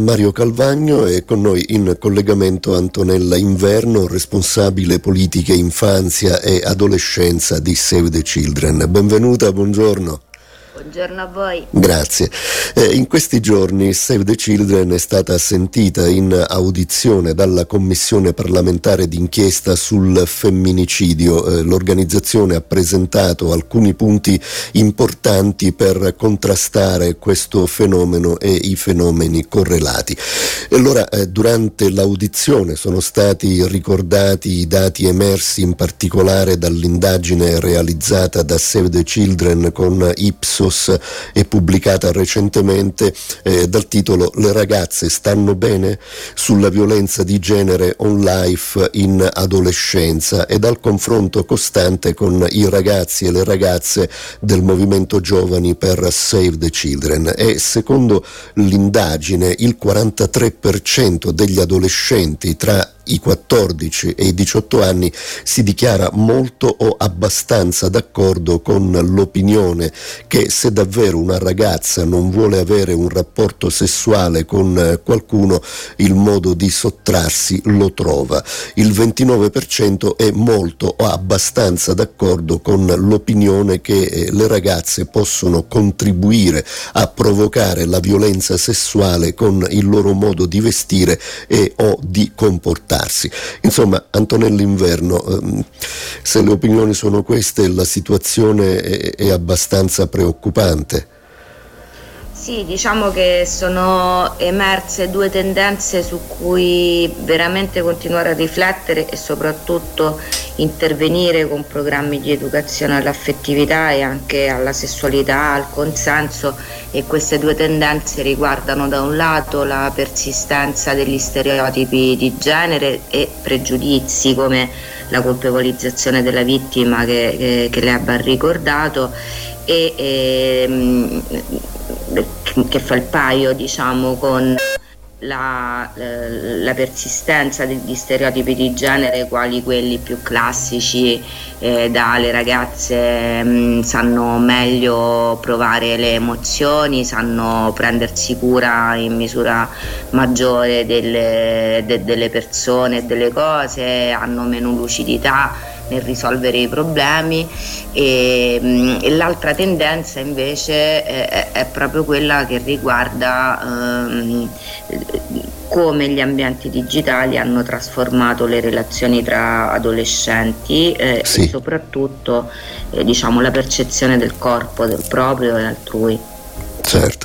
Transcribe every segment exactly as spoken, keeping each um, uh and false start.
Mario Calvagno e con noi in collegamento Antonella Inverno, responsabile politiche infanzia e adolescenza di Save the Children. Benvenuta, buongiorno. Buongiorno a voi. Grazie. Eh, in questi giorni Save the Children è stata sentita in audizione dalla Commissione parlamentare d'inchiesta sul femminicidio. Eh, l'organizzazione ha presentato alcuni punti importanti per contrastare questo fenomeno e i fenomeni correlati. E allora, eh, durante l'audizione sono stati ricordati i dati emersi in particolare dall'indagine realizzata da Save the Children con Ipsos e pubblicata recentemente eh, dal titolo "Le ragazze stanno bene?", sulla violenza di genere on life in adolescenza, e dal confronto costante con i ragazzi e le ragazze del movimento Giovani per Save the Children. E secondo l'indagine il quarantatré per cento degli adolescenti tra i quattordici e i diciotto anni si dichiara molto o abbastanza d'accordo con l'opinione che se davvero una ragazza non vuole avere un rapporto sessuale con qualcuno, il modo di sottrarsi lo trova. Il ventinove per cento è molto o abbastanza d'accordo con l'opinione che le ragazze possono contribuire a provocare la violenza sessuale con il loro modo di vestire e o di comportarsi. Insomma, Antonella Inverno, ehm, se le opinioni sono queste, la situazione è, è abbastanza preoccupante. Sì, diciamo che sono emerse due tendenze su cui veramente continuare a riflettere e soprattutto intervenire con programmi di educazione all'affettività e anche alla sessualità, al consenso, e queste due tendenze riguardano da un lato la persistenza degli stereotipi di genere e pregiudizi come la colpevolizzazione della vittima che, che, che lei ha ricordato e, e che fa il paio, diciamo, con la, la persistenza degli stereotipi di genere quali quelli più classici, eh, da le ragazze mh, sanno meglio provare le emozioni, sanno prendersi cura in misura maggiore delle, de, delle persone e delle cose, hanno meno lucidità nel risolvere i problemi, e, mh, e l'altra tendenza invece è, è proprio quella che riguarda ehm, come gli ambienti digitali hanno trasformato le relazioni tra adolescenti, eh, sì. e soprattutto eh, diciamo la percezione del corpo, del proprio e altrui. Certo.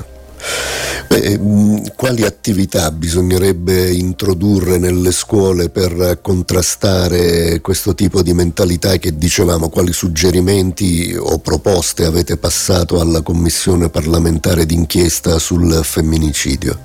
Beh, quali attività bisognerebbe introdurre nelle scuole per contrastare questo tipo di mentalità che dicevamo? Quali suggerimenti o proposte avete passato alla Commissione parlamentare d'inchiesta sul femminicidio?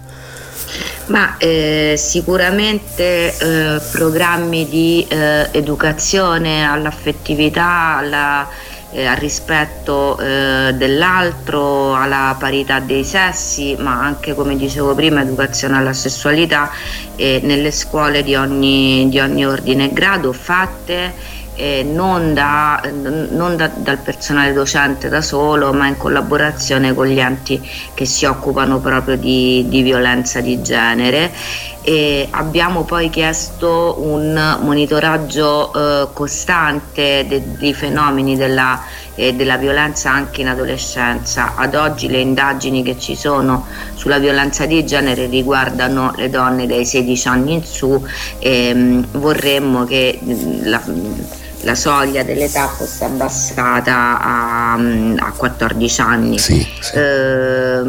Ma eh, sicuramente eh, programmi di eh, educazione all'affettività, alla Eh, al rispetto eh, dell'altro, alla parità dei sessi, ma anche, come dicevo prima, educazione alla sessualità eh, nelle scuole di ogni, di ogni ordine e grado, fatte eh, non, da, non da, dal personale docente da solo, ma in collaborazione con gli enti che si occupano proprio di, di violenza di genere. E abbiamo poi chiesto un monitoraggio eh, costante de- dei fenomeni della, eh, della violenza anche in adolescenza. Ad oggi le indagini che ci sono sulla violenza di genere riguardano le donne dai sedici anni in su, e mh, vorremmo che mh, la, la soglia dell'età fosse abbassata a, a quattordici anni. Sì, sì. Eh,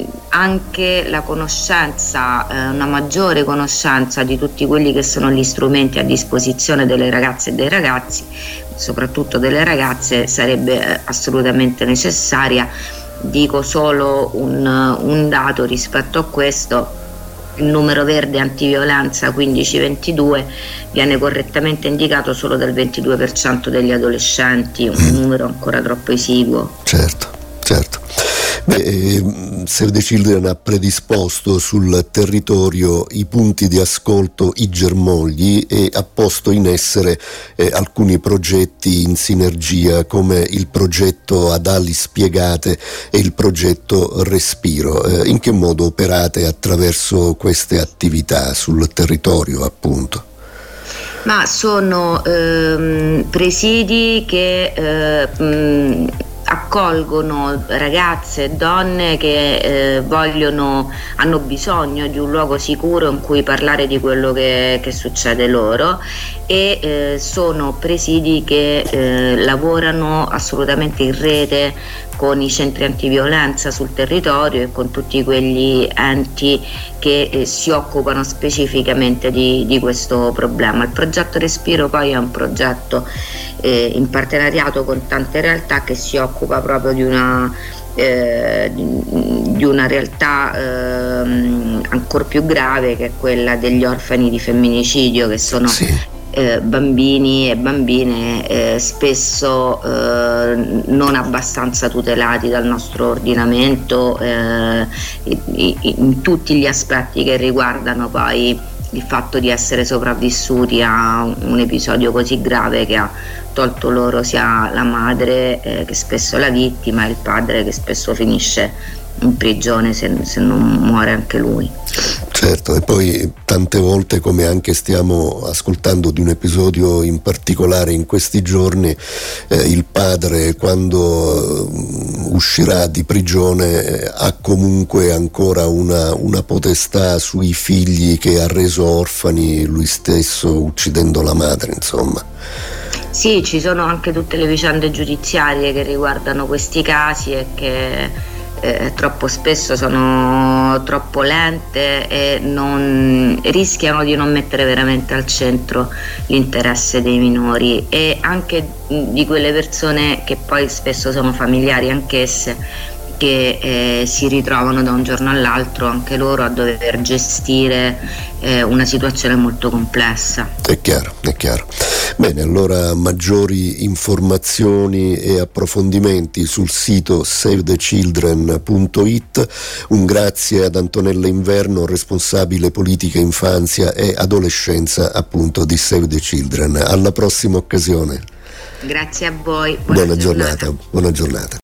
anche la conoscenza, eh, una maggiore conoscenza di tutti quelli che sono gli strumenti a disposizione delle ragazze e dei ragazzi, soprattutto delle ragazze, sarebbe assolutamente necessaria. Dico solo un, un dato rispetto a questo: il numero verde antiviolenza quindici ventidue viene correttamente indicato solo dal ventidue per cento degli adolescenti, un numero ancora troppo esiguo. Certo, certo. Beh, eh, Save the Children ha predisposto sul territorio i punti di ascolto I Germogli e ha posto in essere eh, alcuni progetti in sinergia, come il progetto Ad ali spiegate e il progetto Respiro. Eh, in che modo operate attraverso queste attività sul territorio, appunto? Ma sono ehm, presidi che eh, mh, accolgono ragazze e donne che eh, vogliono, hanno bisogno di un luogo sicuro in cui parlare di quello che, che succede loro, e eh, sono presidi che eh, lavorano assolutamente in rete con i centri antiviolenza sul territorio e con tutti quegli enti che eh, si occupano specificamente di, di questo problema. Il progetto Respiro poi è un progetto eh, in partenariato con tante realtà che si occupa proprio di una Eh, di una realtà eh, ancora più grave, che è quella degli orfani di femminicidio, che sono sì. eh, bambini e bambine eh, spesso eh, non abbastanza tutelati dal nostro ordinamento eh, in tutti gli aspetti che riguardano poi il fatto di essere sopravvissuti a un episodio così grave che ha tolto loro sia la madre, eh, che spesso è la vittima, e il padre, che spesso finisce in prigione se, se non muore anche lui. Certo, e poi tante volte, come anche stiamo ascoltando di un episodio in particolare in questi giorni, eh, il padre, quando uh, uscirà di prigione, eh, ha comunque ancora una, una potestà sui figli che ha reso orfani lui stesso uccidendo la madre, insomma. Sì, ci sono anche tutte le vicende giudiziarie che riguardano questi casi e che Eh, troppo spesso sono troppo lente e non, rischiano di non mettere veramente al centro l'interesse dei minori e anche di quelle persone che poi spesso sono familiari anch'esse, che eh, si ritrovano da un giorno all'altro anche loro a dover gestire eh, una situazione molto complessa. È chiaro, è chiaro. Bene, allora maggiori informazioni e approfondimenti sul sito save the children punto it. Un grazie ad Antonella Inverno, responsabile politica infanzia e adolescenza appunto di Save the Children. Alla prossima occasione. Grazie a voi. Buona, buona giornata. giornata. Buona giornata.